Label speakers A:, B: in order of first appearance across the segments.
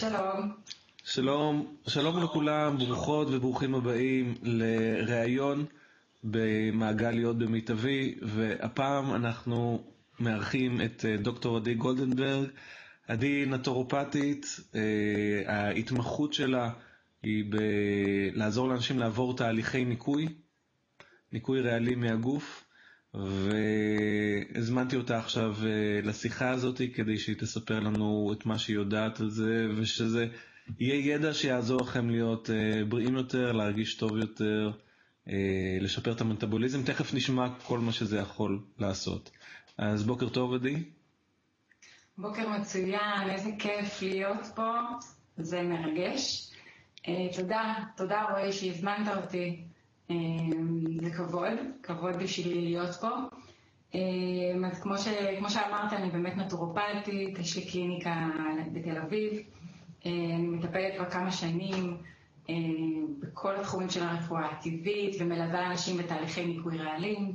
A: שלום.
B: שלום לכולם, ברוכות וברוכים הבאים לראיון במעגל להיות במיטבי, והפעם אנחנו מארחים את דוקטור עדי גולדנברג. עדי נטורופטית, ההתמחות שלה היא לעזור לאנשים לעבור תהליכי ניקוי ריאלי מהגוף, והזמנתי אותה עכשיו לשיחה הזאת כדי שהיא תספר לנו את מה שהיא יודעת על זה, ושזה יהיה ידע שיעזור לכם להיות בריאים יותר, להרגיש טוב יותר, לשפר את המטאבוליזם. תכף נשמע כל מה שזה יכול לעשות. אז בוקר טוב עדי.
A: בוקר מצוין, איזה כיף להיות פה, זה מרגש. תודה רועי שהזמנת אותי. זה כבוד בשבילי להיות פה. אז כמו שאמרת, אני באמת נטורופטית, יש לי קליניקה בתל אביב. אני מטפלת כבר כמה שנים בכל התחומים של הרפואה הטבעית, ומלווה אנשים בתהליכי ניקוי רעלים,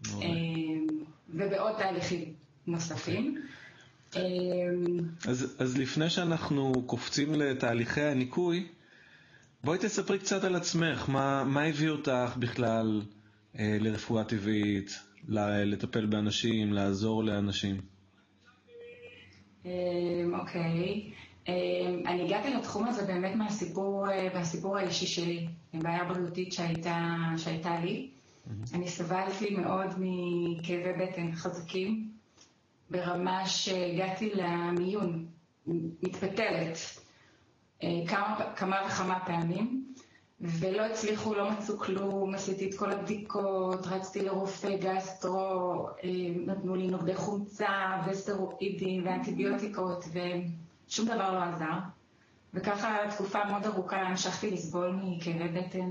A: ובעוד תהליכים נוספים.
B: אז לפני שאנחנו קופצים לתהליכי הניקוי, בואי תספרי קצת על עצמך, מה הביא אותך בכלל לרפואה טבעית, לטפל באנשים, לעזור לאנשים?
A: אוקיי. אני הגעתי לתחום הזה באמת מהסיפור האישי שלי, עם בעיה בריאותית שהייתה לי. אני סבלתי מאוד מכאבי בטן חזקים, ברמה שהגעתי למיון, מתפתלת כמה וכמה פעמים, ולא הצליחו, לא מצאו כלום. עשיתי את כל הבדיקות, רצתי לרופא גסטרו, נתנו לי נוגדי חומצה וסטרואידים ואנטיביוטיקות, ושום דבר לא עזר. וככה תקופה מאוד ארוכה המשכתי לסבול מכאבי בטן,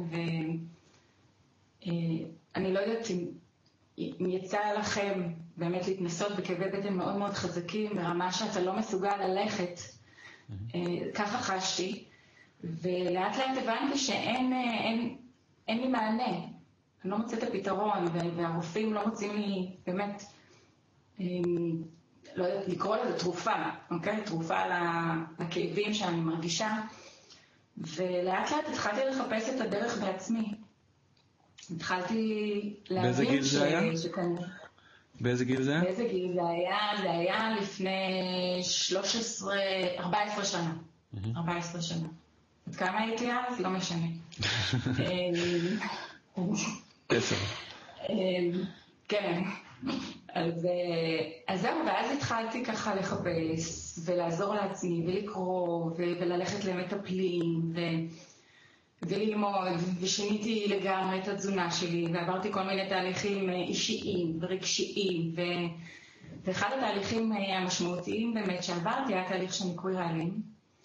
A: ואני לא יודעת אם יצא לכם באמת להתנסות בכאבי בטן מאוד מאוד חזקים, ברמה שאתה לא מסוגל ללכת. ככה חשתי, ולאט לאט הבנתי שאין לי מענה, אני לא מוצאת את הפתרון, והרופאים לא מוצאים לי באמת, לא יודעת לקרוא לזה תרופה, אוקיי? תרופה לכאבים שאני מרגישה, ולאט לאט התחלתי לחפש את הדרך בעצמי. התחלתי להבין
B: באיזה גיל זה היה? באיזה גיל זה היה?
A: באיזה גיל זה היה? זה היה לפני 14 שנה. 14 שנה. עד כמה הייתי אז? לא משנה.
B: 10.
A: כן. אז זהו, ואז התחלתי ככה לחפש ולעזור לעצמי ולקרוא וללכת למטפלים וללמוד, ושיניתי לגמרי את התזונה שלי, ועברתי כל מיני תהליכים אישיים ורגשיים, ואחד התהליכים המשמעותיים באמת שעברתי היה תהליך של ניקוי רעלים,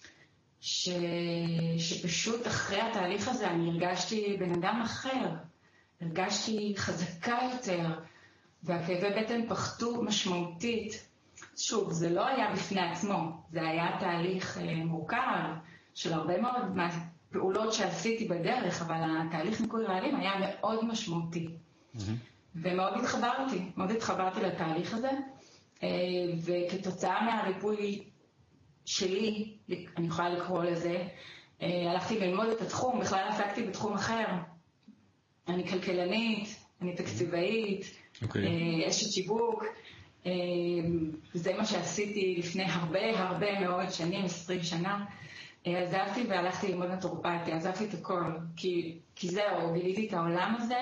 A: שפשוט אחרי התהליך הזה אני הרגשתי בן אדם אחר, הרגשתי חזקה יותר, והכאבי בטן פחתו משמעותית. שוב, זה לא היה בפני עצמו, זה היה תהליך מורכב של הרבה מאוד פעולות שעשיתי בדרך, אבל התהליך ניקוי רעלים היה מאוד משמעותי. ומאוד התחברתי לתהליך הזה, וכתוצאה מהריפוי שלי, אני יכולה לקרוא לזה, הלכתי ללמוד את התחום, בכלל עסקתי בתחום אחר. אני כלכלנית, אני תקציבאית, אשת שיווק, זה מה שעשיתי לפני הרבה מאוד שנים, 20 שנה. עזבתי והלכתי ללמוד נטורופתיה, עזבתי את הכל, כי זהו, גיליתי את העולם הזה,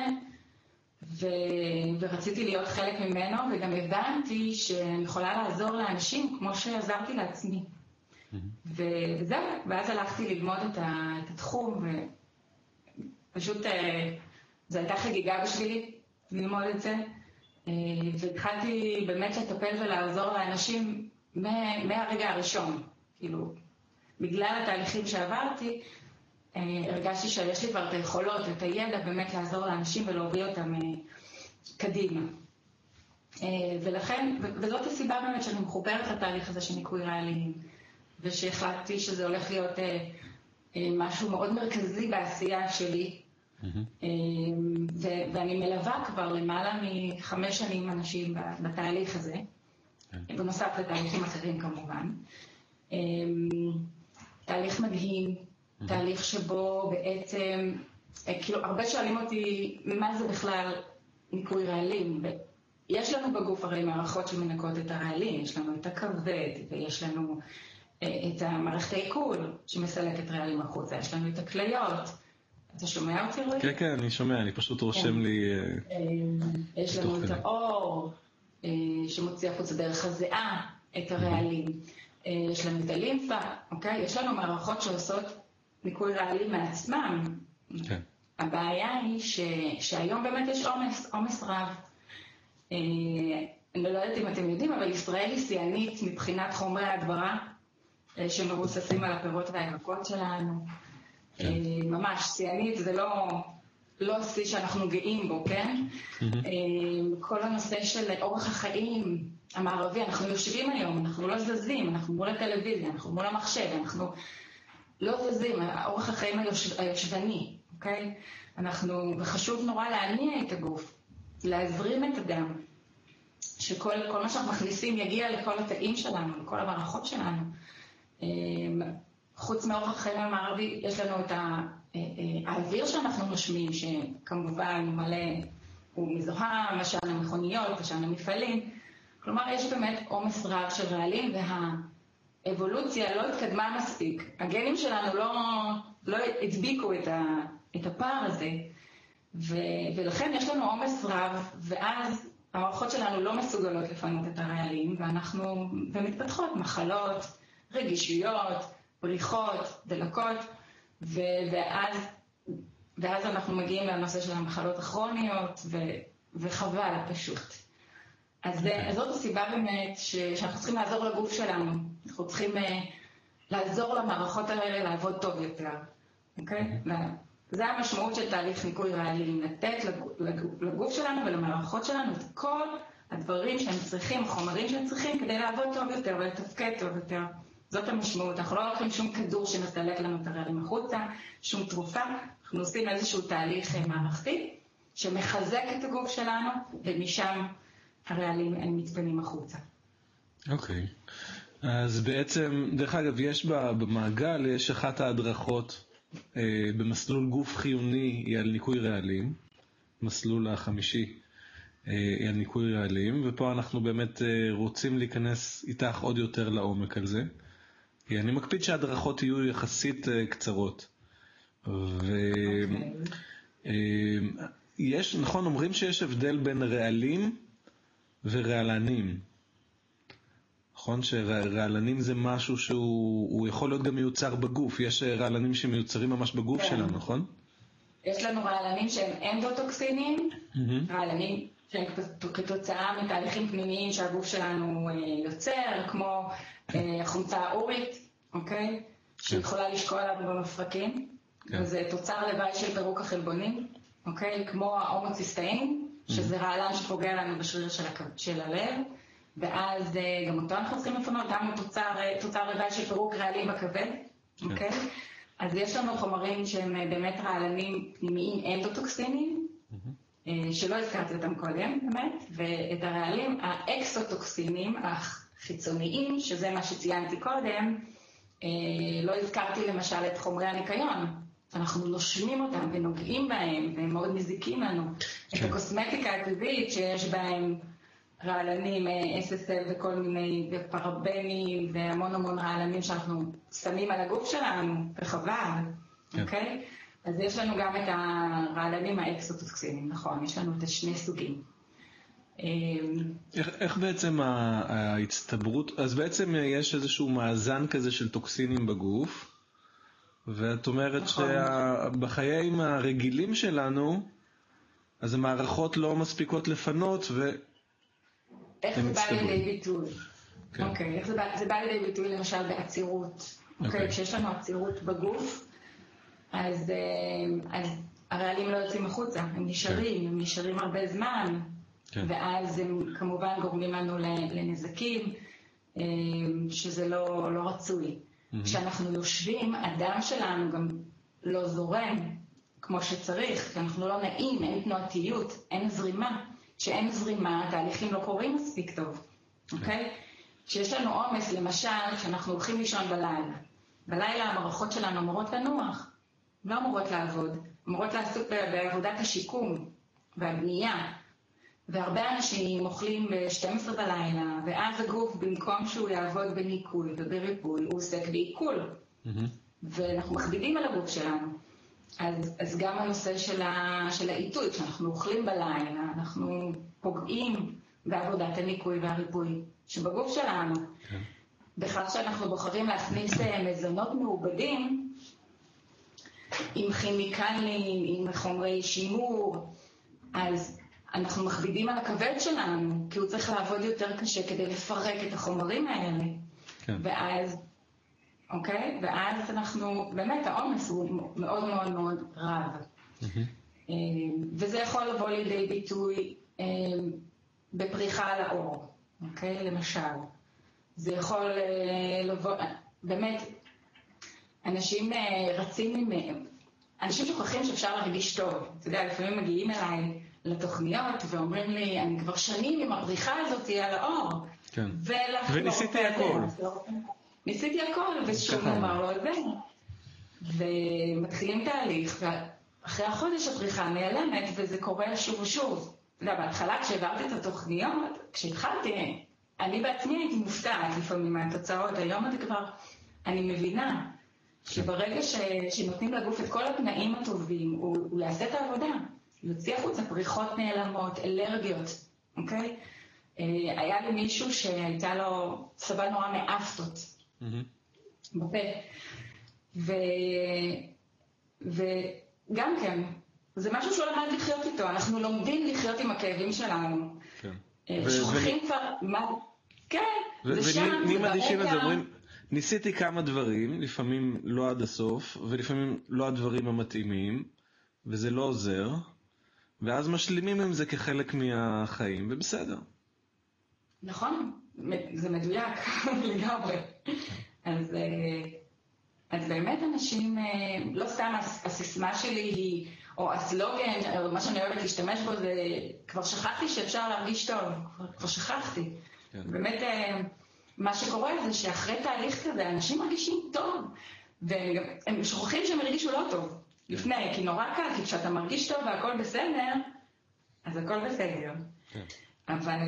A: ורציתי להיות חלק ממנו, וגם הבנתי שאני יכולה לעזור לאנשים כמו שעזרתי לעצמי. וזהו, ואז הלכתי ללמוד את התחום, ופשוט זו הייתה חגיגה בשבילי ללמוד את זה, והתחלתי באמת לטפל ולעזור לאנשים מהרגע הראשון, כאילו, בגלל התהליכים שעברתי, הרגשתי שיש לי כבר את היכולות, את הידע באמת לעזור לאנשים ולהוביל אותם קדימה. ולכן, וזאת הסיבה באמת שאני מחוברת לתהליך הזה של ניקוי רעלים, ושהחלטתי שזה הולך להיות משהו מאוד מרכזי בעשייה שלי, ואני מלווה כבר למעלה מ5 שנים אנשים בתהליך הזה, בנוסף לתהליכים אחרים כמובן. תהליך מדהים, תהליך שבו בעצם, כאילו הרבה שואלים אותי מה זה בכלל ניקוי רעלים. יש לנו בגוף הרי מערכות שמנקות את הרעלים, יש לנו את הכבד ויש לנו את המערכת העיכול שמסלקת רעלים החוצה, יש לנו את הכליות. אתה שומע אותי רועי?
B: כן, כן, אני שומע, אני פשוט רושם לי...
A: יש לנו את האור שמוציא החוצה דרך הזיעה את הרעלים. יש לנו את הלימפה, אוקיי? יש לנו מערכות שעושות ניקוי רעלים מעצמם.
B: כן.
A: הבעיה היא שהיום באמת יש עומס רב. אני לא יודעת אם אתם יודעים, אבל ישראל היא שיאנית מבחינת חומרי ההדברה שמבוססים על הפירות והירקות שלנו. ממש, שיאנית זה לא שיא שאנחנו גאים בו, כן? כל הנושא של אורח החיים המערבי, אנחנו יושבים היום, אנחנו לא זזים, אנחנו מול הטלוויזיה, אנחנו מול המחשב, אנחנו לא זזים, אורח החיים היושבני, אוקיי? וחשוב נורא להניע את הגוף, להזרים את הדם, שכל מה שאנחנו מכניסים יגיע לכל התאים שלנו, לכל המערכות שלנו. חוץ מאורח החיים המערבי, יש לנו את האוויר שאנחנו נושמים, שכמובן מלא, הוא מזוהם, עשן המכוניות, עשן המפעלים. כלומר, יש באמת עומס רב של רעלים, והאבולוציה לא התקדמה מספיק. הגנים שלנו לא הדביקו את הפער הזה, ולכן יש לנו עומס רב, ואז המערכות שלנו לא מסוגלות לפנות את הרעלים, ומתפתחות מחלות, רגישויות, בריחות, דלקות, ואז אנחנו מגיעים לנושא של המחלות הכרוניות, וחבל פשוט. אז זאת הסיבה באמת שאנחנו צריכים לעזור לגוף שלנו, אנחנו צריכים לעזור למערכות האלה לעבוד טוב יותר, אוקיי? זה המשמעות של תהליך ניקוי רעלים, לתת לגוף שלנו ולמערכות שלנו את כל הדברים שהם צריכים, החומרים שהם צריכים, כדי לעבוד טוב יותר ולתפקד טוב יותר. זאת המשמעות, אנחנו לא לוקחים שום כדור שמסלק לנו את הרעלים החוצה, שום תרופה, אנחנו עושים איזשהו תהליך מערכתי שמחזק את הגוף שלנו, ומשם הרעלים הם מתפנים החוצה.
B: אוקיי. אז בעצם, דרך אגב, יש במעגל, יש אחת ההדרכות במסלול גוף חיוני היא על ניקוי רעלים, מסלול החמישי היא על ניקוי רעלים, ופה אנחנו באמת רוצים להיכנס איתך עוד יותר לעומק על זה. אני מקפיד שההדרכות יהיו יחסית קצרות. ויש, נכון, אומרים שיש הבדל בין רעלים ורעלנים. נכון שרעלנים זה משהו שהוא יכול להיות גם מיוצר בגוף. יש רעלנים שמיוצרים ממש בגוף שלנו, נכון?
A: יש לנו רעלנים שהם אנדוטוקסינים, רעלנים שהם כתוצאה מתהליכים פנימיים שהגוף שלנו יוצר, כמו החומצה האורית, אוקיי? שיכולה לשקוע לנו במפרקים, וזה תוצר לוואי של פירוק החלבונים, אוקיי? כמו ההומוציסטאין, שזה רעלן שפוגע לנו בשריר של הלב, ואז גם אותו אנחנו צריכים לפנות, גם הוא תוצר לוואי של פירוק רעלים בכבד, אוקיי? אז יש לנו חומרים שהם באמת רעלנים פנימיים אנדוטוקסינים, שלא הזכרתי אותם קודם, באמת, ואת הרעלים האקסוטוקסינים החיצוניים, שזה מה שציינתי קודם, לא הזכרתי למשל את חומרי הניקיון, אנחנו נושמים אותם ונוגעים בהם, והם מאוד מזיקים לנו. את הקוסמטיקה הטבעית שיש בהם רעלנים, SSL וכל מיני, ופרבנים, והמון רעלנים שאנחנו שמים על הגוף שלנו, וחבל, אוקיי? אז יש לנו גם את הרעלנים האקסוטוקסינים, נכון, יש לנו את השני סוגים.
B: איך בעצם ההצטברות, אז בעצם יש איזשהו מאזן כזה של טוקסינים בגוף, ואת אומרת שבחיים הרגילים שלנו, אז המערכות לא מספיקות לפנות
A: איך זה בא לידי ביטוי? אוקיי, איך זה בא לידי ביטוי למשל בעצירות? אוקיי, כשיש לנו עצירות בגוף, אז הרעלים לא יוצאים החוצה, הם נשארים הרבה זמן, ואז הם כמובן גורמים לנו לנזקים, שזה לא רצוי. כשאנחנו יושבים, הדם שלנו גם לא זורם כמו שצריך, כי אנחנו לא נעים, אין תנועתיות, אין זרימה. כשאין זרימה, התהליכים לא קורים מספיק טוב, אוקיי? כשיש לנו עומס, למשל, כשאנחנו הולכים לישון בלילה, בלילה המערכות שלנו אמורות לנוח, לא אמורות לעבוד, אמורות לעסוק בעבודת השיקום והבנייה. והרבה אנשים אוכלים ב-12 בלילה, ואז הגוף במקום שהוא יעבוד בניקוי ובריפוי, הוא עוסק בעיכול. ואנחנו מכבידים על הגוף שלנו. אז גם הנושא של העיתוי, כשאנחנו אוכלים בלילה, אנחנו פוגעים בעבודת הניקוי והריפוי שבגוף שלנו. בכך שאנחנו בוחרים להכניס מזונות מעובדים, עם כימיקלים, עם חומרי שימור, אז אנחנו מכבידים על הכבד שלנו, כי הוא צריך לעבוד יותר קשה כדי לפרק את החומרים האלה.
B: כן.
A: ואז אנחנו, באמת העומס הוא מאוד מאוד מאוד רב. וזה יכול לבוא לידי ביטוי בפריחה על האור, למשל. זה יכול לבוא, באמת, אנשים רצים אנשים שוכחים שאפשר להרגיש טוב. אתה יודע, לפעמים מגיעים אליי לתוכניות ואומרים לי, אני כבר שנים עם הפריחה הזאת על האור.
B: כן. וניסיתי הכל.
A: ניסיתי הכל, ושום דבר לא עוזר. ומתחילים תהליך, ואחרי החודש הפריחה נעלמת, וזה קורה שוב ושוב. אתה יודע, בהתחלה כשהעברתי את התוכניות, כשהתחלתי, אני בעצמי הייתי מופתעת לפעמים מהתוצאות. היום אני מבינה שברגע שנותנים לגוף את כל התנאים הטובים, הוא יעשה את העבודה. יוציא החוצה פריחות נעלמות, אלרגיות, אוקיי? היה לי מישהו שהייתה לו סבל נורא מאפטות בפה. וגם כן, זה משהו שהוא למד לחיות איתו. אנחנו לומדים לחיות עם הכאבים שלנו. ושוכחים כבר, כן, זה שם, זה ברקע.
B: ניסיתי כמה דברים, לפעמים לא עד הסוף, ולפעמים לא הדברים המתאימים, וזה לא עוזר, ואז משלימים עם זה כחלק מהחיים, ובסדר.
A: נכון, זה מדויק לגמרי. אז באמת אנשים, לא סתם הסיסמה שלי היא, או הסלוגן, או מה שאני אוהבת להשתמש בו, זה כבר שכחתי שאפשר להרגיש טוב, כבר שכחתי. באמת, מה שקורה זה שאחרי תהליך כזה, אנשים מרגישים טוב, והם שוכחים שהם הרגישו לא טוב לפני, כי נורא קל, כי כשאתה מרגיש טוב והכל בסדר, אז הכל בסדר. אבל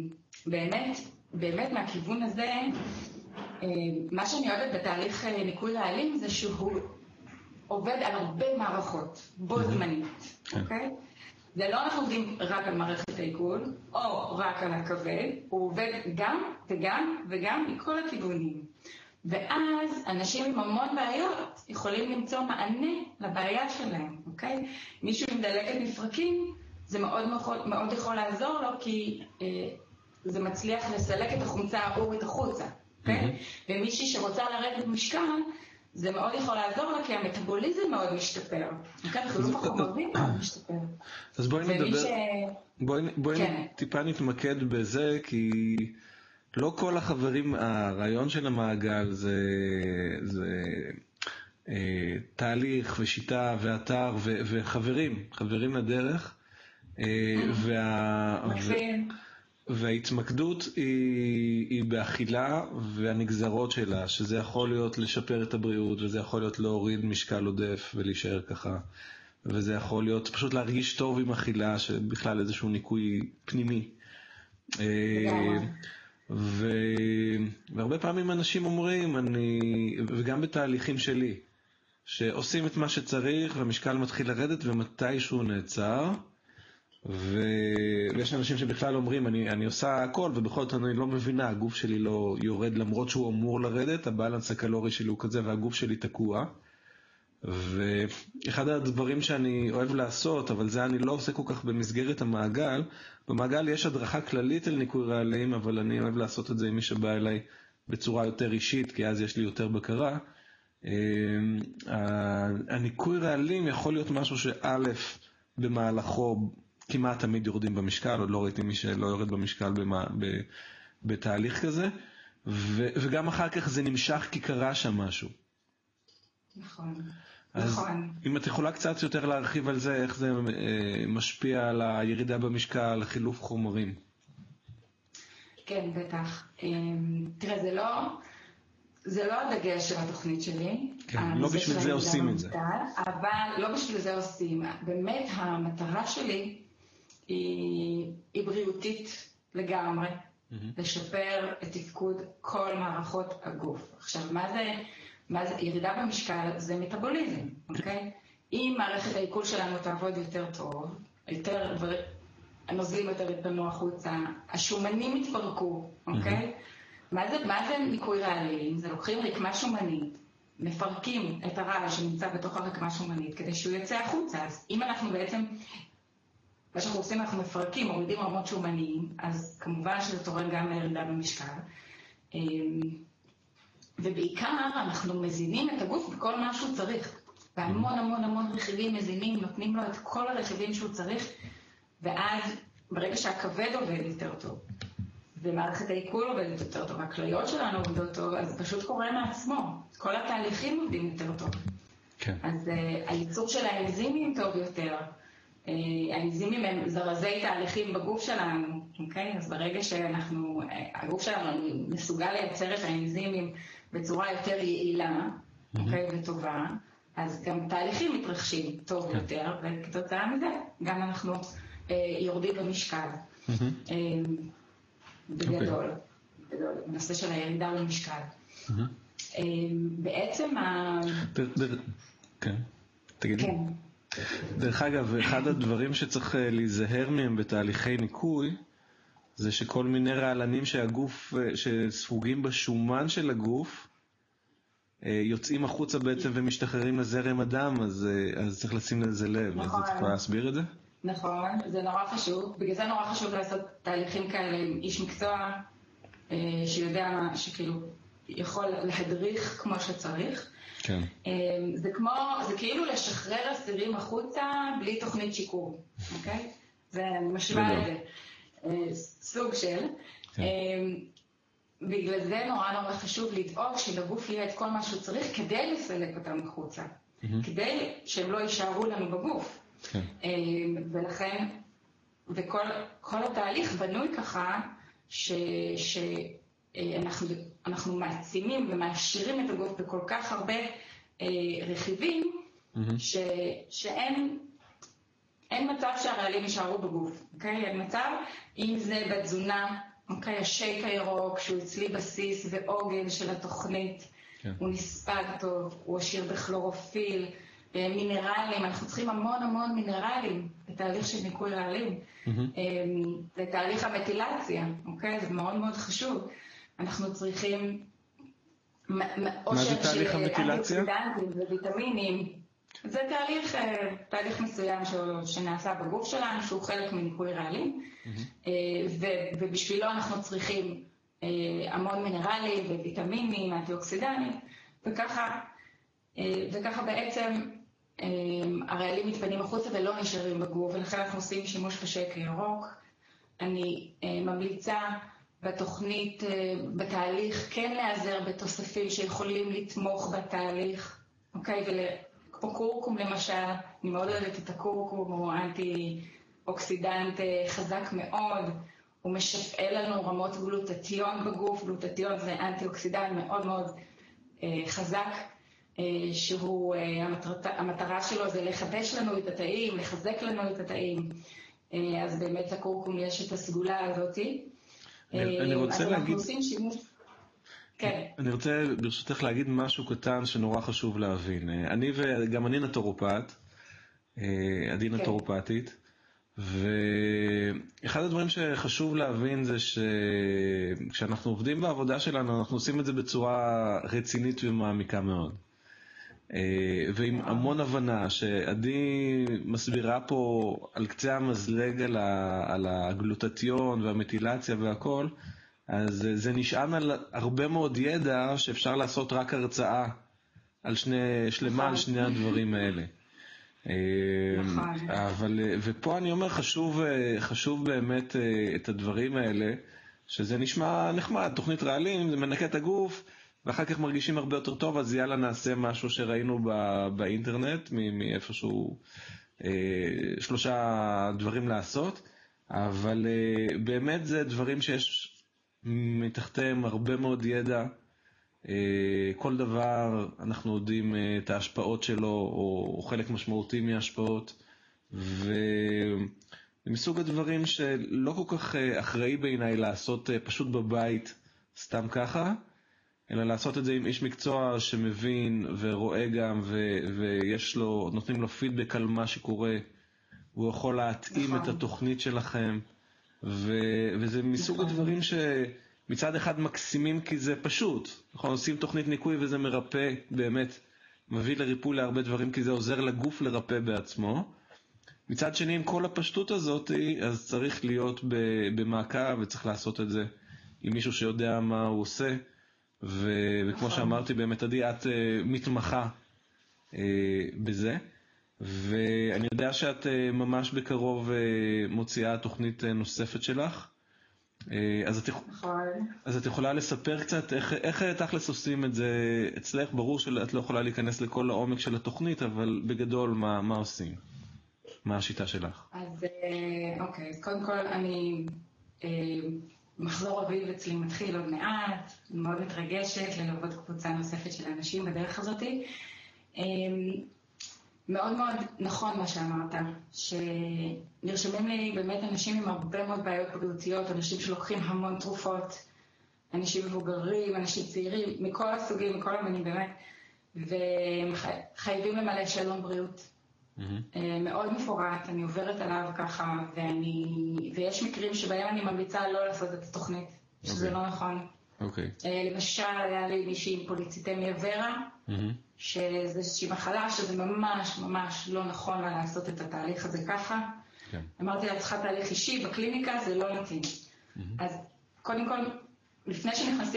A: באמת מהכיוון הזה, מה שאני אוהבת בתהליך ניקוי רעלים זה שהוא עובד על הרבה מערכות, בו זמנית, אוקיי? זה לא אנחנו עובדים רק על מערכת העיכול, או רק על הכבד, הוא עובד גם וגם וגם מכל הכיוונים. ואז אנשים עם המון בעיות יכולים למצוא מענה לבעיה שלהם, אוקיי? מישהו עם דלקת מפרקים, זה מאוד יכול לעזור לו, כי זה מצליח לסלק את החומצה האורית החוצה, אוקיי? ומישהי שרוצה לרדת משקל, זה מאוד יכול לעזור לה, כי המטאבוליזם מאוד משתפר. אוקיי? חילוף החומרים מאוד משתפר.
B: אז בואי טיפה נתמקד בזה, כי לא כל החברים, הרעיון של המעגל זה תהליך ושיטה ואתר חברים לדרך, וההתמקדות היא באכילה והנגזרות שלה, שזה יכול להיות לשפר את הבריאות, וזה יכול להיות להוריד משקל עודף ולהישאר ככה, וזה יכול להיות פשוט להרגיש טוב עם אכילה, שבכלל איזשהו ניקוי פנימי. והרבה פעמים אנשים אומרים, וגם בתהליכים שלי, שעושים את מה שצריך והמשקל מתחיל לרדת ומתישהו נעצר, ויש אנשים שבכלל אומרים, אני עושה הכל ובכל זאת אני לא מבינה, הגוף שלי לא יורד למרות שהוא אמור לרדת, הבאלנס הקלורי שלי הוא כזה והגוף שלי תקוע. ואחד הדברים שאני אוהב לעשות, אבל זה אני לא עושה כל כך במסגרת המעגל, במעגל יש הדרכה כללית על ניקוי רעלים, אבל אני אוהב לעשות את זה עם מי שבא אליי בצורה יותר אישית, כי אז יש לי יותר בקרה. הניקוי רעלים יכול להיות משהו שא' במהלכו כמעט תמיד יורדים במשקל, עוד לא ראיתי מי שלא יורד במשקל בתהליך כזה, וגם אחר כך זה נמשך כי קרה שם משהו.
A: נכון.
B: אז אם את יכולה קצת יותר להרחיב על זה, איך זה משפיע על הירידה במשקל, חילוף חומרים.
A: כן, בטח. תראה, זה לא הדגש של התוכנית שלי.
B: כן, לא בשביל זה עושים את זה.
A: אבל לא בשביל זה עושים. באמת המטרה שלי היא בריאותית לגמרי. לשפר את תפקוד כל מערכות הגוף. עכשיו, מה זה ירידה במשקל? זה מטאבוליזם, אוקיי? אם מערכת העיכול שלנו תעבוד יותר טוב, הנוזלים יותר יתפנו החוצה, השומנים יתפרקו, אוקיי? מה זה ניקוי רעלים? זה לוקחים רקמה שומנית, מפרקים את הרעל שנמצא בתוך הרקמה שומנית כדי שהוא יצא החוצה. אז אם אנחנו בעצם, מה שאנחנו עושים, אנחנו מפרקים, מורידים רמות שומניים, אז כמובן שזה תורם גם לירידה במשקל. ובעיקר אנחנו מזינים את הגוף בכל מה שהוא צריך. והמון המון המון רכיבים מזינים, נותנים לו את כל הרכיבים שהוא צריך, ואז ברגע שהכבד עובד יותר טוב, ומערכת העיכול עובדת יותר טוב, הכליות שלנו עובדות טוב, אז פשוט קורה מעצמו. כל התהליכים עובדים יותר טוב.
B: כן.
A: אז הייצור של האנזימים טוב יותר. האנזימים הם זרזי תהליכים בגוף שלנו, אוקיי? אז ברגע הגוף שלנו מסוגל לייצר את האנזימים בצורה יותר יעילה, אוקיי, וטובה, אז גם תהליכים מתרחשים טוב יותר, וכתוצאה מזה גם אנחנו יורדים במשקל. בגדול, בנושא של הירידה במשקל. בעצם
B: כן, תגידי. דרך אגב, אחד הדברים שצריך להיזהר מהם בתהליכי ניקוי, זה שכל מיני רעלנים שספוגים בשומן של הגוף, יוצאים החוצה בעצם ומשתחררים לזרם הדם, אז צריך לשים לזה לב. אז את יכולה להסביר את זה?
A: נכון, זה נורא חשוב. בגלל זה נורא חשוב לעשות תהליכים כאלה עם איש מקצוע שיודע שכאילו יכול להדריך כמו שצריך.
B: כן.
A: זה כאילו לשחרר אסירים החוצה בלי תוכנית שיקום, אוקיי? זה משווה את זה. סוג של. בגלל זה נורא נורא חשוב לדאוג שלגוף יהיה את כל מה שהוא צריך כדי לסלק אותם החוצה. כדי שהם לא יישארו לנו בגוף. ולכן, וכל התהליך בנוי ככה שאנחנו מעצימים ומאשרים את הגוף בכל כך הרבה רכיבים שאין מצב שהרעלים יישארו בגוף, אוקיי? אין מצב, אם זה בתזונה, אוקיי, השייק הירוק שהוא אצלי בסיס ועוגן של התוכנית, הוא נספג טוב, הוא עשיר בכלורופיל, מינרלים, אנחנו צריכים המון המון מינרלים בתהליך של ניקוי רעלים. לתהליך המטילציה, אוקיי? זה מאוד מאוד חשוב. אנחנו צריכים
B: מה זה תהליך המטילציה?
A: אנטי-אוקסידנטים וויטמינים. זה תהליך מסוים שנעשה בגוף שלנו, שהוא חלק מניקוי רעלים, ובשבילו אנחנו צריכים המון מינרלים וויטמינים, אנטי-אוקסידנטים, וככה בעצם הרעלים מתפנים החוצה ולא נשארים בגוף, ולכן אנחנו עושים שימוש בשייק ירוק. אני ממליצה בתוכנית, בתהליך, כן להיעזר בתוספים שיכולים לתמוך בתהליך, אוקיי? כמו קורקום למשל, אני מאוד אוהבת את הקורקום, הוא אנטי-אוקסידנט חזק מאוד, הוא משפעל לנו רמות גלוטטיון בגוף, גלוטטיון זה אנטי-אוקסידנט מאוד מאוד חזק, שהוא, המטרה שלו זה לחדש לנו את התאים, לחזק לנו את התאים, אז באמת לקורקום יש את הסגולה הזאת.
B: אני רוצה להגיד...
A: אנחנו עושים שימוש... כן.
B: אני רוצה ברשותך להגיד משהו קטן שנורא חשוב להבין. גם אני נטורופט, עדי נטורופטית, ואחד הדברים שחשוב להבין זה שכשאנחנו עובדים בעבודה שלנו, אנחנו עושים את זה בצורה רצינית ומעמיקה מאוד. ועם המון הבנה שעדי מסבירה פה על קצה המזלג על הגלוטטיון והמטילציה והכל, אז זה נשען על הרבה מאוד ידע שאפשר לעשות רק הרצאה שלמה על שני הדברים האלה. ופה אני אומר חשוב באמת את הדברים האלה, שזה נשמע נחמד, תוכנית רעלים, זה מנקה את הגוף, ואחר כך מרגישים הרבה יותר טוב, אז יאללה נעשה משהו שראינו באינטרנט, מאיפשהו 3 דברים לעשות, אבל באמת זה דברים שיש מתחתיהם הרבה מאוד ידע, כל דבר אנחנו יודעים את ההשפעות שלו, או חלק משמעותי מההשפעות, ומסוג הדברים שלא כל כך אחראי בעיניי לעשות פשוט בבית סתם ככה, אלא לעשות את זה עם איש מקצוע שמבין ורואה גם, ויש לו, נותנים לו פידבק על מה שקורה, הוא יכול להתאים את התוכנית שלכם, וזה מסוג הדברים שמצד אחד מקסימים כי זה פשוט. אנחנו עושים תוכנית ניקוי וזה מרפא, באמת מביא לריפוי להרבה דברים, כי זה עוזר לגוף לרפא בעצמו. מצד שני, עם כל הפשטות הזאת, אז צריך להיות במעקב, וצריך לעשות את זה עם מישהו שיודע מה הוא עושה. וכמו שאמרתי, באמת עדי, את מתמחה בזה. ואני יודע שאת ממש בקרוב מוציאה תוכנית נוספת שלך. אז את יכולה לספר קצת איך תכלס עושים את זה אצלך? ברור שאת לא יכולה להיכנס לכל העומק של התוכנית, אבל בגדול מה עושים? מה השיטה שלך?
A: אז אוקיי, קודם כל אני מחזור אביב אצלי מתחיל עוד מעט, מאוד מתרגשת ללוות קבוצה נוספת של אנשים בדרך הזאת. מאוד מאוד נכון מה שאמרת, שנרשמים לי באמת אנשים עם הרבה מאוד בעיות בריאותיות, אנשים שלוקחים המון תרופות, אנשים מבוגרים, אנשים צעירים, מכל הסוגים, מכל המינים באמת, וחייבים למלא שאלון בריאות. מאוד מפורט, אני עוברת עליו ככה, ויש מקרים שבהם אני ממליצה לא לעשות את התוכנית, שזה לא נכון. למשל, היה לי מישהי עם פוליציטמיה ורה, שזה איזושהי מחלה שזה ממש ממש לא נכון לה לעשות את התהליך הזה ככה. אמרתי לה, צריכה תהליך אישי, בקליניקה זה לא מתאים. אז קודם כל, לפני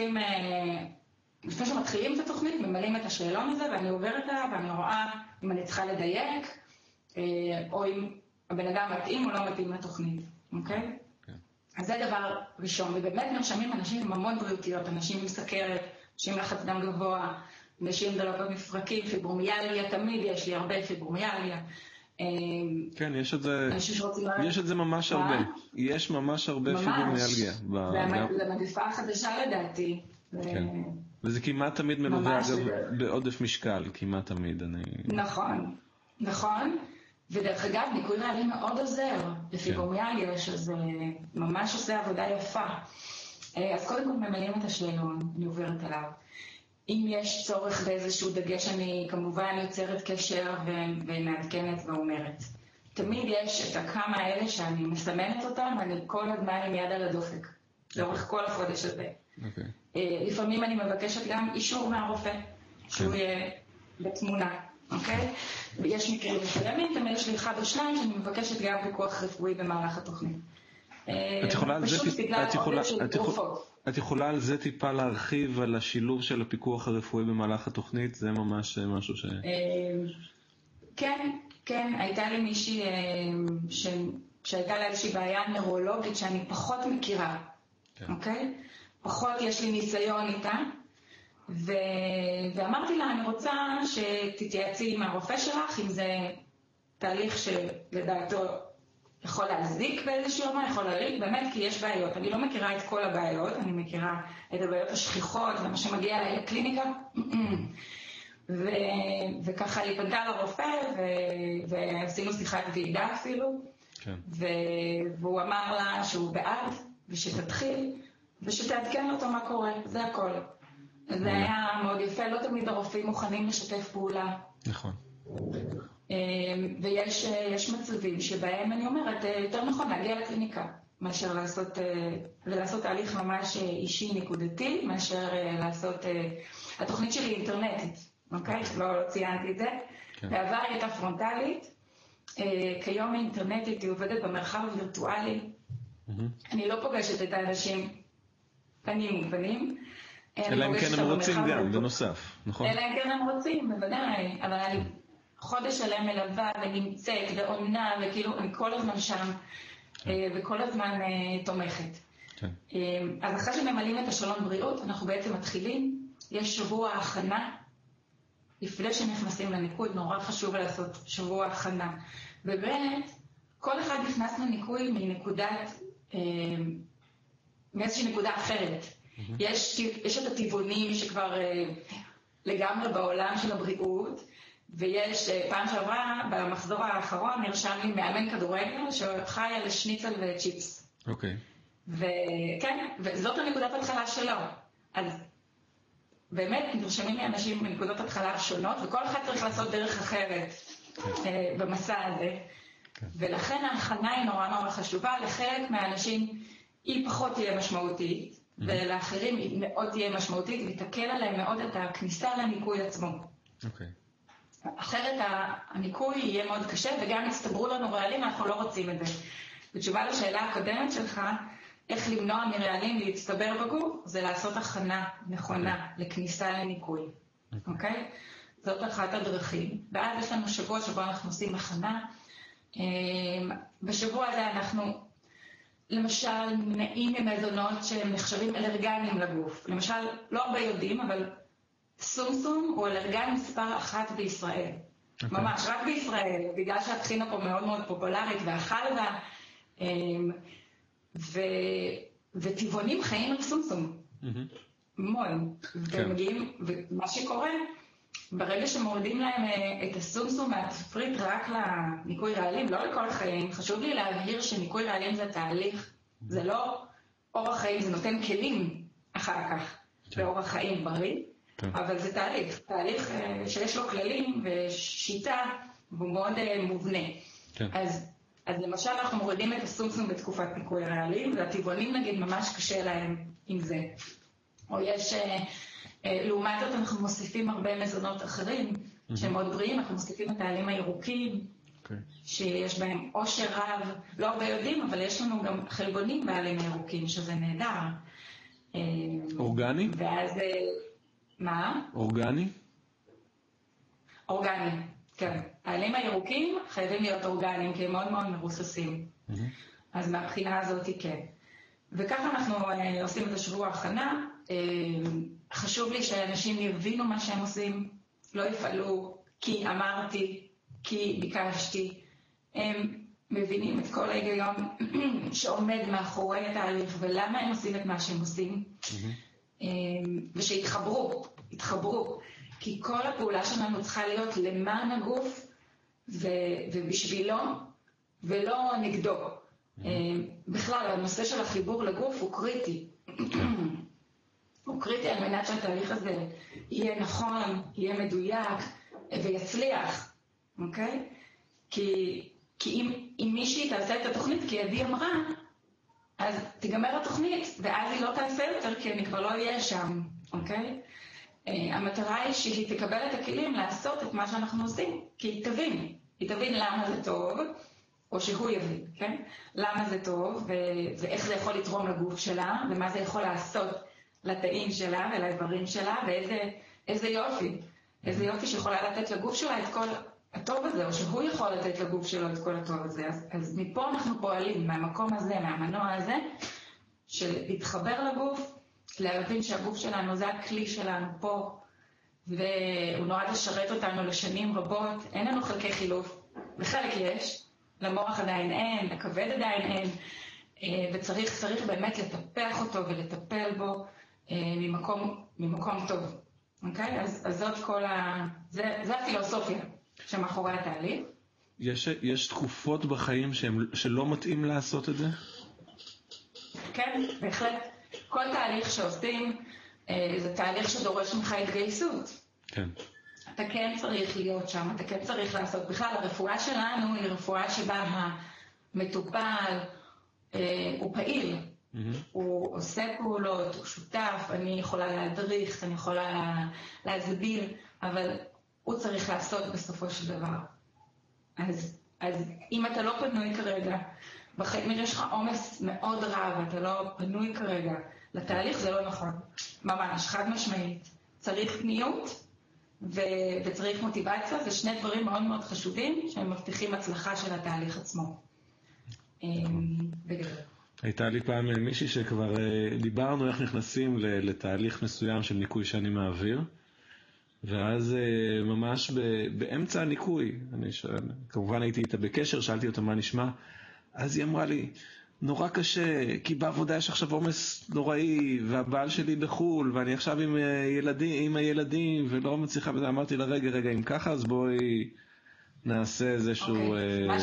A: שמתחילים את התוכנית, ממלאים את השאלון הזה, ואני עוברת עליו, ואני רואה אם אני צריכה לדייק, או אם הבן אדם מתאים או לא מתאים לתוכנית, אוקיי? אז זה דבר ראשון, ובאמת נרשמים אנשים עם המון בריאותיות, אנשים עם סכרת, אנשים לחץ דם גבוה, אנשים דלקות מפרקים, פיברומיאלגיה, תמיד יש לי הרבה פיברומיאלגיה.
B: כן, יש את זה ממש הרבה. יש ממש הרבה פיברומיאלגיה.
A: זה מגפה החדשה לדעתי.
B: וזה כמעט תמיד מלווה, אגב, בעודף משקל, כמעט תמיד.
A: נכון, נכון. ודרך אגב, ניקוי רעלים מאוד עוזר לפיברומיאלגיה, שזה ממש עושה עבודה יפה. אז קודם כל ממלאים את השאלון, אני עוברת עליו. אם יש צורך באיזשהו דגש, אני כמובן יוצרת קשר ומעדכנת ואומרת. תמיד יש את הכמה האלה שאני מסמנת אותם, ואני כל הזמן עם יד על הדופק, לאורך כל החודש הזה. לפעמים אני מבקשת גם אישור מהרופא, שהוא יהיה בתמונה. אוקיי? יש מקרים מסוימים, תמיד יש לי אחד או שניים שאני מבקשת גם פיקוח רפואי במהלך התוכנית.
B: את יכולה על זה טיפה להרחיב על השילוב של הפיקוח הרפואי במהלך התוכנית? זה ממש משהו ש...
A: כן, כן. הייתה לי מישהי שהייתה לה איזושהי בעיה נוירולוגית שאני פחות מכירה. אוקיי? פחות יש לי ניסיון איתה. ואמרתי לה, אני רוצה שתתייעצי עם הרופא שלך, אם זה תהליך שלדעתו יכול להזיק באיזשהו יום, יכול להריג, באמת, כי יש בעיות. אני לא מכירה את כל הבעיות, אני מכירה את הבעיות השכיחות, ומה שמגיע אליי לקליניקה. וככה היא פנתה לרופא, ועשינו שיחת ועידה אפילו, והוא אמר לה שהוא בעד, ושתתחיל, ושתעדכן אותו מה קורה, זה הכל. זה היה מאוד יפה, לא תמיד הרופאים מוכנים לשתף פעולה.
B: נכון.
A: ויש מצבים שבהם אני אומרת, יותר נכון להגיע לקליניקה, מאשר לעשות תהליך ממש אישי נקודתי, מאשר לעשות... התוכנית שלי אינטרנטית, אוקיי? לא ציינתי את זה. בעבר היא הייתה פרונטלית, כיום היא אינטרנטית, היא עובדת במרחב הווירטואלי. אני לא פוגשת את האנשים פנים ופנים,
B: אלא אם כן הם רוצים גם, בנוסף, נכון?
A: אלא אם כן הם רוצים, בוודאי, אבל אני חודש שלם מלווה ונמצאת ועונה, וכאילו אני כל הזמן שם, וכל הזמן תומכת. אז אחרי שממלאים את השאלון בריאות, אנחנו בעצם מתחילים, יש שבוע הכנה, לפני שנכנסים לניקוי, נורא חשוב לעשות שבוע הכנה. ובאמת, כל אחד נכנס לניקוי מאיזושהי נקודה אחרת. יש את הטבעונים שכבר לגמרי בעולם של הבריאות, ויש, פעם שעברה, במחזור האחרון, נרשם לי מאמן כדורגל שחי על שניצל וצ'יפס.
B: אוקיי.
A: וכן, וזאת הנקודת התחלה שלו. אז באמת נרשמים לי אנשים מנקודות התחלה שונות, וכל אחד צריך לעשות דרך אחרת במסע הזה. ולכן ההכנה היא נורא נורא חשובה. לחלק מהאנשים היא פחות תהיה משמעותית, ולאחרים היא מאוד תהיה משמעותית, ותקל עליהם מאוד את הכניסה לניקוי עצמו.
B: אוקיי.
A: אחרת הניקוי יהיה מאוד קשה, וגם יצטברו לנו רעלים, אנחנו לא רוצים את זה. בתשובה לשאלה הקודמת שלך, איך למנוע מרעלים להצטבר בגוף, זה לעשות הכנה נכונה לכניסה לניקוי. אוקיי? זאת אחת הדרכים. ואז יש לנו שבוע שבו אנחנו עושים הכנה. בשבוע הזה אנחנו, למשל, נמנעים ממזונות שהם נחשבים אלרגנים לגוף. למשל, לא הרבה יודעים, אבל סומסום הוא אלרגן מספר 1 בישראל. ממש, רק בישראל, בגלל שהטחינה פה מאוד מאוד פופולרית, והחלבה, וטבעונים חיים על סומסום. המון. ומגיעים, ומה שקורה, ברגע שמורידים להם את הסומסום מהתפריט רק לניקוי רעלים, לא לכל החיים, חשוב לי להבהיר שניקוי רעלים זה תהליך, זה לא אורח חיים, זה נותן כלים אחר כך, באורח חיים בריא, אבל זה תהליך שיש לו כללים ושיטה, והוא מאוד מובנה. אז למשל אנחנו מורידים את הסומסום בתקופת ניקוי רעלים, והטבעונים נגיד ממש קשה להם עם זה. או יש, לעומת זאת אנחנו מוסיפים הרבה מזונות אחרים שהם מאוד בריאים, אנחנו מוסיפים את העלים הירוקים, שיש בהם עושר רב, לא הרבה יודעים, אבל יש לנו גם חלבונים בעלים הירוקים, שזה נהדר.
B: אורגני?
A: ואז, מה?
B: אורגני?
A: אורגני, כן. העלים הירוקים חייבים להיות אורגניים, כי הם מאוד מאוד מרוססים. אז מהבחינה הזאת כן. וככה אנחנו עושים את השבוע ההכנה. חשוב לי שאנשים יבינו מה שהם עושים, לא יפעלו כי אמרתי, כי ביקשתי. הם מבינים את כל ההיגיון שעומד מאחורי התהליך ולמה הם עושים את מה שהם עושים. ושיתחברו, כי כל הפעולה שלנו צריכה להיות למען הגוף ובשבילו ולא נגדו. בכלל, הנושא של החיבור לגוף הוא קריטי. הוא קריטי על מנת שהתהליך הזה יהיה נכון, יהיה מדויק ויצליח, אוקיי? כי אם מישהי תעשה את התוכנית כי עדי אמרה, אז תיגמר התוכנית, ואז היא לא תעשה יותר כי אני כבר לא אהיה שם, אוקיי? המטרה היא שהיא תקבל את הכלים לעשות את מה שאנחנו עושים, כי היא תבין למה זה טוב, או שהוא יבין, כן? למה זה טוב, ואיך זה יכול לתרום לגוף שלה, ומה זה יכול לעשות לתאים שלה ולאיברים שלה, ואיזה יופי שיכולה לתת לגוף שלה את כל הטוב הזה, או שהוא יכול לתת לגוף שלו את כל הטוב הזה. אז מפה אנחנו פועלים, מהמקום הזה, מהמנוע הזה, של להתחבר לגוף, להבין שהגוף שלנו זה הכלי שלנו פה, והוא נועד לשרת אותנו לשנים רבות. אין לנו חלקי חילוף, וחלק יש, למוח עדיין אין, לכבד עדיין אין, וצריך באמת לטפח אותו ולטפל בו ממקום טוב. אוקיי? אז זאת זה הפילוסופיה שמאחורי התהליך.
B: יש תקופות בחיים שלא מתאים לעשות את זה?
A: כן, בהחלט. כל תהליך שעושים, זה תהליך שדורש ממך התגייסות.
B: כן.
A: אתה כן צריך להיות שם, אתה כן צריך לעשות. בכלל, הרפואה שלנו היא רפואה שבה המטופל הוא פעיל. הוא עושה פעולות, הוא שותף, אני יכולה להדריך, אני יכולה להסביר, אבל הוא צריך לעשות בסופו של דבר. אז אם אתה לא פנוי כרגע, בחיים יש לך עומס מאוד רב, אתה לא פנוי כרגע לתהליך, זה לא נכון. ממש, חד משמעית. צריך פניות וצריך מוטיבציה, זה שני דברים מאוד מאוד חשובים שהם מבטיחים הצלחה של התהליך עצמו. בגלל.
B: הייתה לי פעם מישהי שכבר דיברנו איך נכנסים לתהליך מסוים של ניקוי שאני מעביר, ואז ממש באמצע הניקוי, כמובן הייתי איתה בקשר, שאלתי אותה מה נשמע, אז היא אמרה לי, נורא קשה, כי בעבודה יש עכשיו עומס נוראי, והבעל שלי בחול, ואני עכשיו עם הילדים, ולא מצליחה בזה. אמרתי לה, רגע, אם ככה, אז בואי נעשה איזשהו...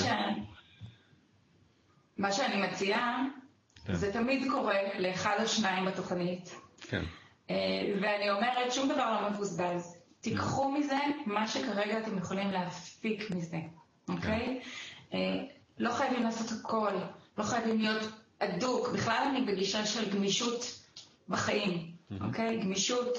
A: מה שאני מציעה, זה תמיד קורה לאחד או שניים בתוכנית.
B: כן.
A: ואני אומרת, שום דבר לא מבוזבז. תיקחו מזה מה שכרגע אתם יכולים להפיק מזה, אוקיי? לא חייבים לעשות הכל, לא חייבים להיות אדוק. בכלל אני בגישה של גמישות בחיים, אוקיי? גמישות.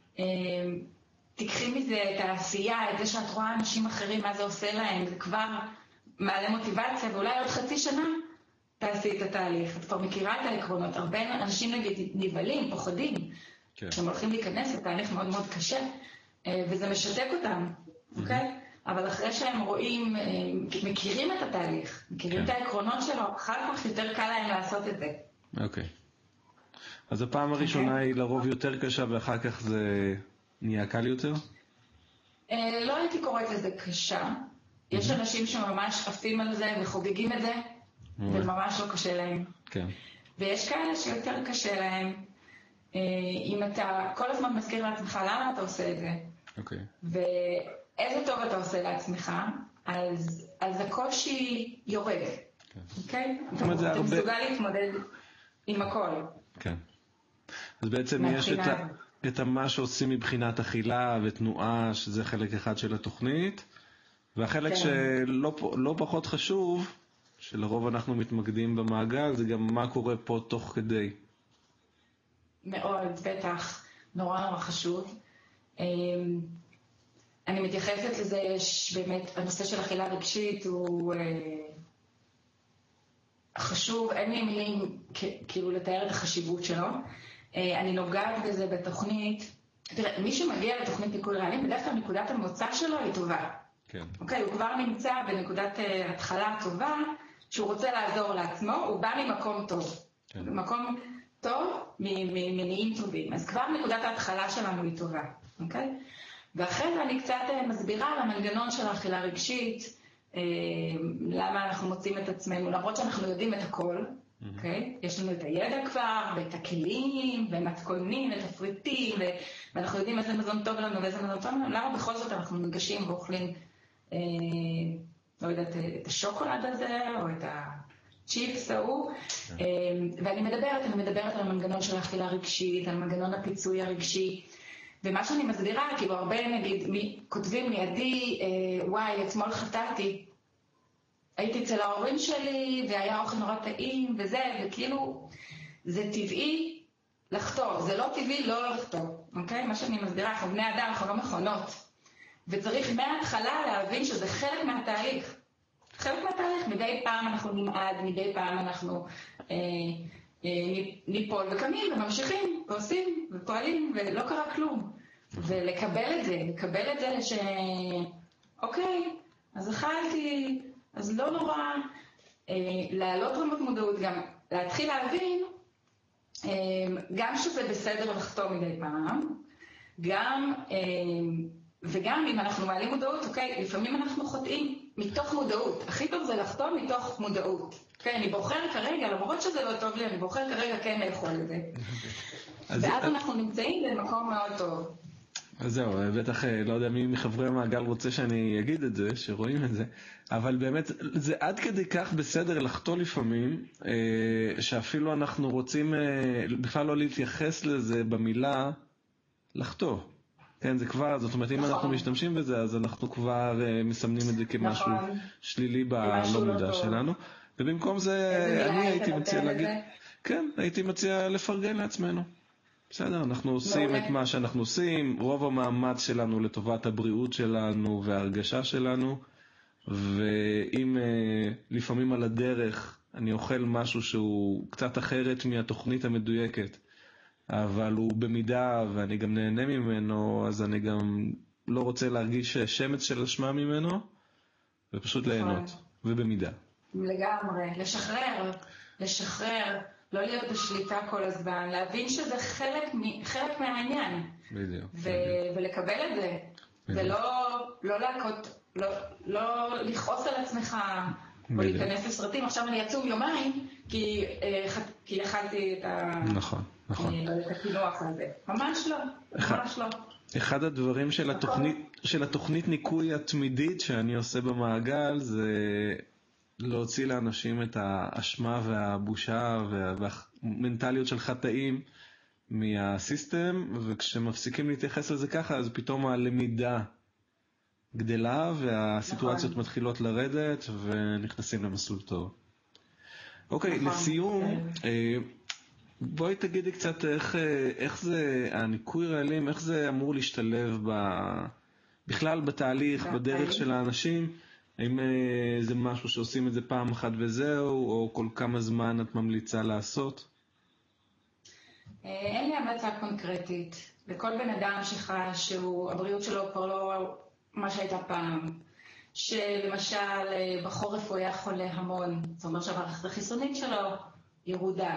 A: תיקחי מזה את העשייה, את זה שאת רואה אנשים אחרים, מה זה עושה להם, זה כבר מעלה מוטיבציה, ואולי עוד חצי שנה תעשי את התהליך. את כבר מכירה את העקרונות. הרבה אנשים נגיד נבהלים, פוחדים, שהם הולכים להיכנס לתהליך מאוד מאוד קשה, וזה משתק אותם, אוקיי? אבל אחרי שהם רואים, מכירים את התהליך, מכירים את העקרונות שלו, אחר כך יותר קל להם לעשות את זה.
B: אוקיי. אז הפעם הראשונה היא לרוב יותר קשה, ואחר כך זה נהיה קל יותר?
A: לא הייתי קוראת לזה קשה. יש אנשים שממש עפים על זה וחוגגים את זה, וממש לא קשה להם.
B: כן.
A: ויש כאלה שיותר קשה להם. אם אתה כל הזמן מזכיר לעצמך למה אתה עושה את זה,
B: אוקיי.
A: ואיזה טוב אתה עושה לעצמך, אז הקושי יורד. אוקיי? אתה מסוגל להתמודד עם הכל.
B: כן. אז בעצם יש את מה שעושים מבחינת אכילה ותנועה, שזה חלק אחד של התוכנית, והחלק שלא פחות חשוב, שלרוב אנחנו מתמקדים במעגל, זה גם מה קורה פה תוך כדי.
A: מאוד, בטח, נורא חשוב. אני מתייחסת לזה שבאמת הנושא של אכילה רגשית הוא חשוב, אין לי מילים כאילו לתאר את החשיבות שלו. אני נוגעת בזה בתוכנית. תראה, מי שמגיע לתוכנית דיכוי רעלים, בדרך כלל נקודת המוצא שלו היא טובה.
B: כן.
A: אוקיי, הוא כבר נמצא בנקודת התחלה טובה, שהוא רוצה לעזור לעצמו, הוא בא ממקום טוב. כן. במקום טוב, ממניעים טובים. אז כבר נקודת ההתחלה שלנו היא טובה, אוקיי? ואחרי זה אני קצת מסבירה על המנגנון של האכילה רגשית, למה אנחנו מוצאים את עצמנו, למרות שאנחנו יודעים את הכל, אוקיי? יש לנו את הידע כבר, ואת הכלים, ומתכונים, ותפריטים, ואנחנו יודעים איזה מזון טוב לנו ואיזה מזון טוב לנו, למה בכל זאת אנחנו ניגשים ואוכלים, לא יודעת, את השוקולד הזה, או את הצ'יפס ההוא, ואני מדברת על המנגנון של האכילה רגשית, על מנגנון הפיצוי הרגשי, ומה שאני מסבירה, כאילו הרבה נגיד, כותבים לי, עדי, וואי, אתמול חטאתי, הייתי אצל ההורים שלי, והיה אוכל נורא טעים, וזה, וכאילו, זה טבעי לחטוא, זה לא טבעי לא לחטוא, אוקיי? מה שאני מסבירה, אנחנו בני אדם, אנחנו לא מכונות, וצריך מההתחלה להבין שזה חלק מהתהליך. חלק מהתהליך, מדי פעם אנחנו נמעד, מדי פעם אנחנו ניפול וקמים וממשיכים ועושים ופועלים ולא קרה כלום. ולקבל את זה אוקיי, אז אכלתי, אז לא נורא, להעלות רמת מודעות, גם להתחיל להבין, גם שזה בסדר לחטוא מדי פעם, וגם אם אנחנו מעלים מודעות, אוקיי, לפעמים אנחנו חוטאים מתוך מודעות. הכי טוב זה לחטוא מתוך מודעות. אוקיי, אני בוחר כרגע, למרות שזה לא טוב לי, אני בוחר כרגע כן לאכול את זה. ואז אנחנו נמצאים במקום מאוד טוב.
B: אז זהו, בטח לא יודע מי מחברי המעגל רוצה שאני אגיד את זה, שרואים את זה, אבל באמת זה עד כדי כך בסדר לחטוא לפעמים, שאפילו אנחנו רוצים בכלל לא להתייחס לזה במילה לחטוא. כן, זה כבר, זאת אומרת, אם אנחנו משתמשים בזה, אז אנחנו כבר מסמנים את זה כמשהו שלילי בלא מודע שלנו. ובמקום זה, אני הייתי מציע להגיד, כן, הייתי מציע לפרגן לעצמנו. בסדר, אנחנו עושים את מה שאנחנו עושים, רוב המאמץ שלנו לטובת הבריאות שלנו וההרגשה שלנו, ואם לפעמים על הדרך אני אוכל משהו שהוא קצת אחרת מהתוכנית המדויקת, אבל הוא במידה ואני גם נהנה ממנו, אז אני גם לא רוצה להרגיש שמץ של אשמה ממנו, ופשוט ליהנות, ובמידה.
A: לגמרי, לשחרר, לא להיות בשליטה כל הזמן, להבין שזה חלק מהעניין.
B: בדיוק.
A: ולקבל את זה. ולא להכות, לא לכעוס על עצמך, או להיכנס לסרטים, עכשיו אני אצום יומיים, כי אכלתי את
B: נכון.
A: את הקינוח הזה. ממש לא, ממש לא.
B: אחד הדברים של התוכנית ניקוי התמידית שאני עושה במעגל, זה להוציא לאנשים את האשמה והבושה והמנטליות של חטאים מהסיסטם, וכשמפסיקים להתייחס לזה ככה, אז פתאום הלמידה גדלה והסיטואציות מתחילות לרדת ונכנסים למסלול טוב. אוקיי, לסיום, בואי תגידי קצת איך זה, הניקוי רעלים, איך זה אמור להשתלב בכלל בתהליך, בדרך של האנשים, האם זה משהו שעושים את זה פעם אחת וזהו, או כל כמה זמן את ממליצה לעשות?
A: אין לי המלצה קונקרטית. לכל בן אדם שחש שהבריאות שלו כבר לא מה שהייתה פעם, שלמשל בחורף הוא היה חולה המון, זאת אומרת שהמערכת החיסונית שלו ירודה.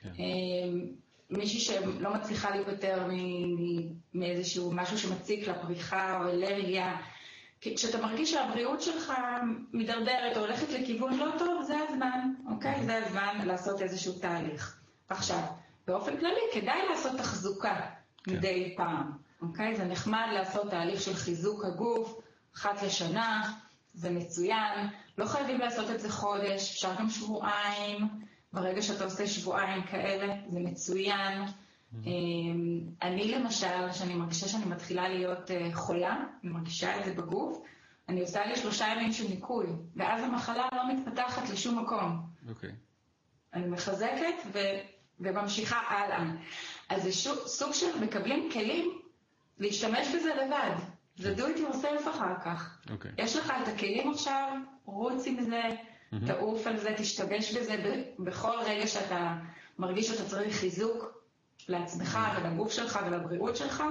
A: מישהי שלא מצליחה להיפטר מאיזשהו משהו שמציק לפריחה או אלרגיה, כשאתה מרגיש שהבריאות שלך מדרדרת או הולכת לכיוון לא טוב, זה הזמן, אוקיי? זה הזמן לעשות איזשהו תהליך. עכשיו, באופן כללי כדאי לעשות תחזוקה מדי פעם, אוקיי? זה נחמד לעשות תהליך של חיזוק הגוף, אחת לשנה, זה מצוין, לא חייבים לעשות את זה חודש, אפשר גם שבועיים, ברגע שאתה עושה שבועיים כאלה, זה מצוין. אני למשל, שאני מרגישה שאני מתחילה להיות חולה, אני מרגישה את זה בגוף, אני עושה לי 3 ימים של ניקוי, ואז המחלה לא מתפתחת לשום מקום.
B: אוקיי.
A: אני מחזקת וממשיכה הלאה. אז זה סוג של מקבלים כלים להשתמש בזה לבד. זה do it yourself אחר כך. יש לך את הכלים עכשיו, רוץ עם זה, תעוף על זה, תשתמש בזה בכל רגע שאתה מרגיש שאתה צריך חיזוק לעצמך ולגוף שלך ולבריאות שלך.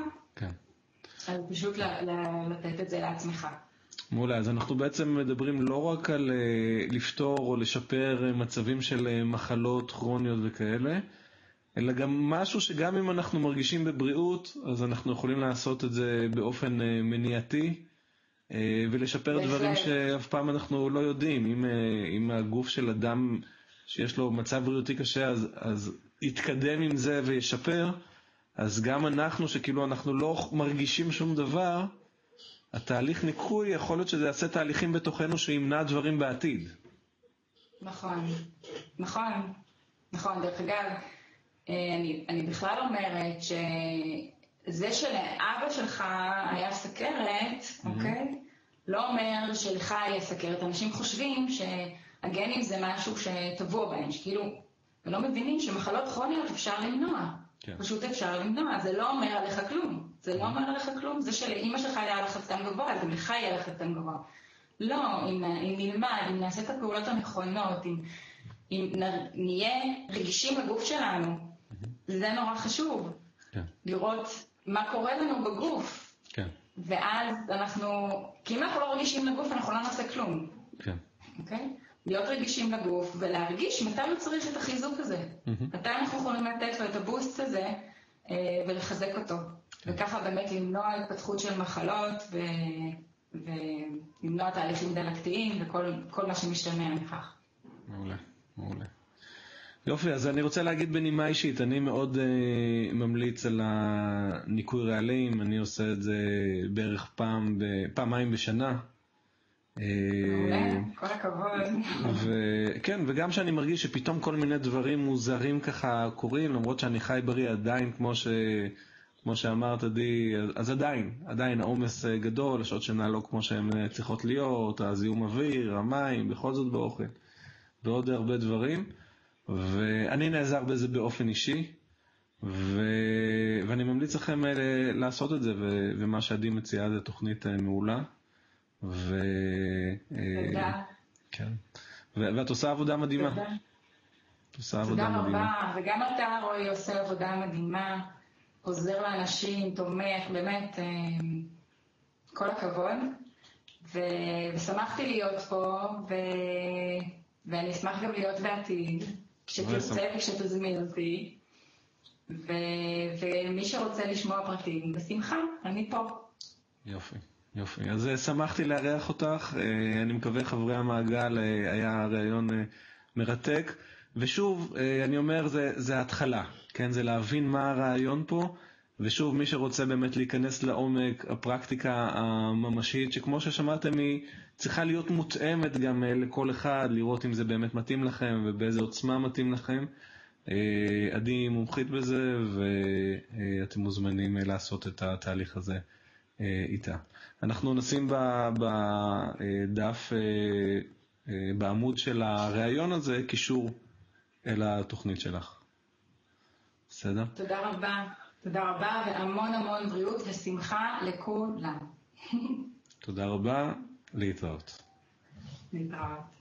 A: אז פשוט לתת את זה לעצמך.
B: מעולה, אז אנחנו בעצם מדברים לא רק על לפתור או לשפר מצבים של מחלות כרוניות וכאלה, אלא גם משהו שגם אם אנחנו מרגישים בבריאות, אז אנחנו יכולים לעשות את זה באופן מניעתי, ולשפר דברים שאף פעם אנחנו לא יודעים. אם הגוף של אדם שיש לו מצב בריאותי קשה, אז יתקדם עם זה וישפר, אז גם אנחנו שכאילו אנחנו לא מרגישים שום דבר, התהליך ניקוי יכול להיות שזה יעשה תהליכים בתוכנו שימנע דברים בעתיד.
A: נכון, נכון, נכון. דרך אגב, אני בכלל אומרת שזה שלאבא שלך היה סכרת, אוקיי? לא אומר שלך היה סכרת. אנשים חושבים שהגנים זה משהו שטבוע בהם, שכאילו, ולא מבינים שמחלות כרוניות אפשר למנוע. פשוט אפשר למנוע, זה לא אומר עליך כלום. זה לא אומר עליך כלום, זה שלאמא שלך היה לחצן גבוה, אז לך יהיה לחצן גבוה. לא, אם נלמד, אם נעשה את הפעולות הנכונות, אם נהיה רגישים לגוף שלנו, זה נורא חשוב. לראות מה קורה לנו בגוף. ואז אנחנו, כי אם אנחנו לא רגישים לגוף, אנחנו לא נעשה כלום. אוקיי? להיות רגישים לגוף ולהרגיש מתי הוא צריך את החיזוק הזה. מתי אנחנו יכולים לתת לו את הבוסט הזה ולחזק אותו. וככה באמת למנוע התפתחות של מחלות ולמנוע תהליכים דלקתיים וכל מה שמשתמע מכך.
B: מעולה, מעולה. יופי, אז אני רוצה להגיד בנימה אישית, אני מאוד ממליץ על הניקוי רעלים, אני עושה את זה בערך פעמיים בשנה.
A: מעולה, כל הכבוד.
B: כן, וגם שאני מרגיש שפתאום כל מיני דברים מוזרים ככה קורים, למרות שאני חי בריא עדיין, כמו שאמרת די, אז עדיין העומס גדול, השעות שינה לא כמו שהן צריכות להיות, הזיהום אוויר, המים, בכל זאת באוכל, ועוד הרבה דברים. ואני נעזר בזה באופן אישי, ואני ממליץ לכם לעשות את זה, ומה שעדי מציעה זה תוכנית מעולה.
A: תודה.
B: כן. ואת עושה עבודה מדהימה.
A: תודה.
B: את עושה עבודה מדהימה.
A: רבה, וגם אתה רואי עושה עבודה מדהימה, עוזר לאנשים, תומך, באמת, כל הכבוד. ושמחתי להיות פה, ואני אשמח גם להיות בעתיד, כשתרצה וכשתזמין אותי. ומי שרוצה לשמוע פרטים, בשמחה, אני פה.
B: יופי. יופי. אז שמחתי לארח אותך. אני מקווה חברי המעגל, היה רעיון מרתק. ושוב, אני אומר, זה ההתחלה. כן, זה להבין מה הרעיון פה. ושוב, מי שרוצה באמת להיכנס לעומק, הפרקטיקה הממשית, שכמו ששמעתם, היא צריכה להיות מותאמת גם לכל אחד, לראות אם זה באמת מתאים לכם ובאיזה עוצמה מתאים לכם. עדי מומחית בזה, ואתם מוזמנים לעשות את התהליך הזה איתה. אנחנו נשים בדף, בעמוד של הרעיון הזה, קישור אל התוכנית שלך. בסדר?
A: תודה רבה. תודה רבה, והמון המון בריאות ושמחה לכולם.
B: תודה רבה, להתראות.
A: להתראות.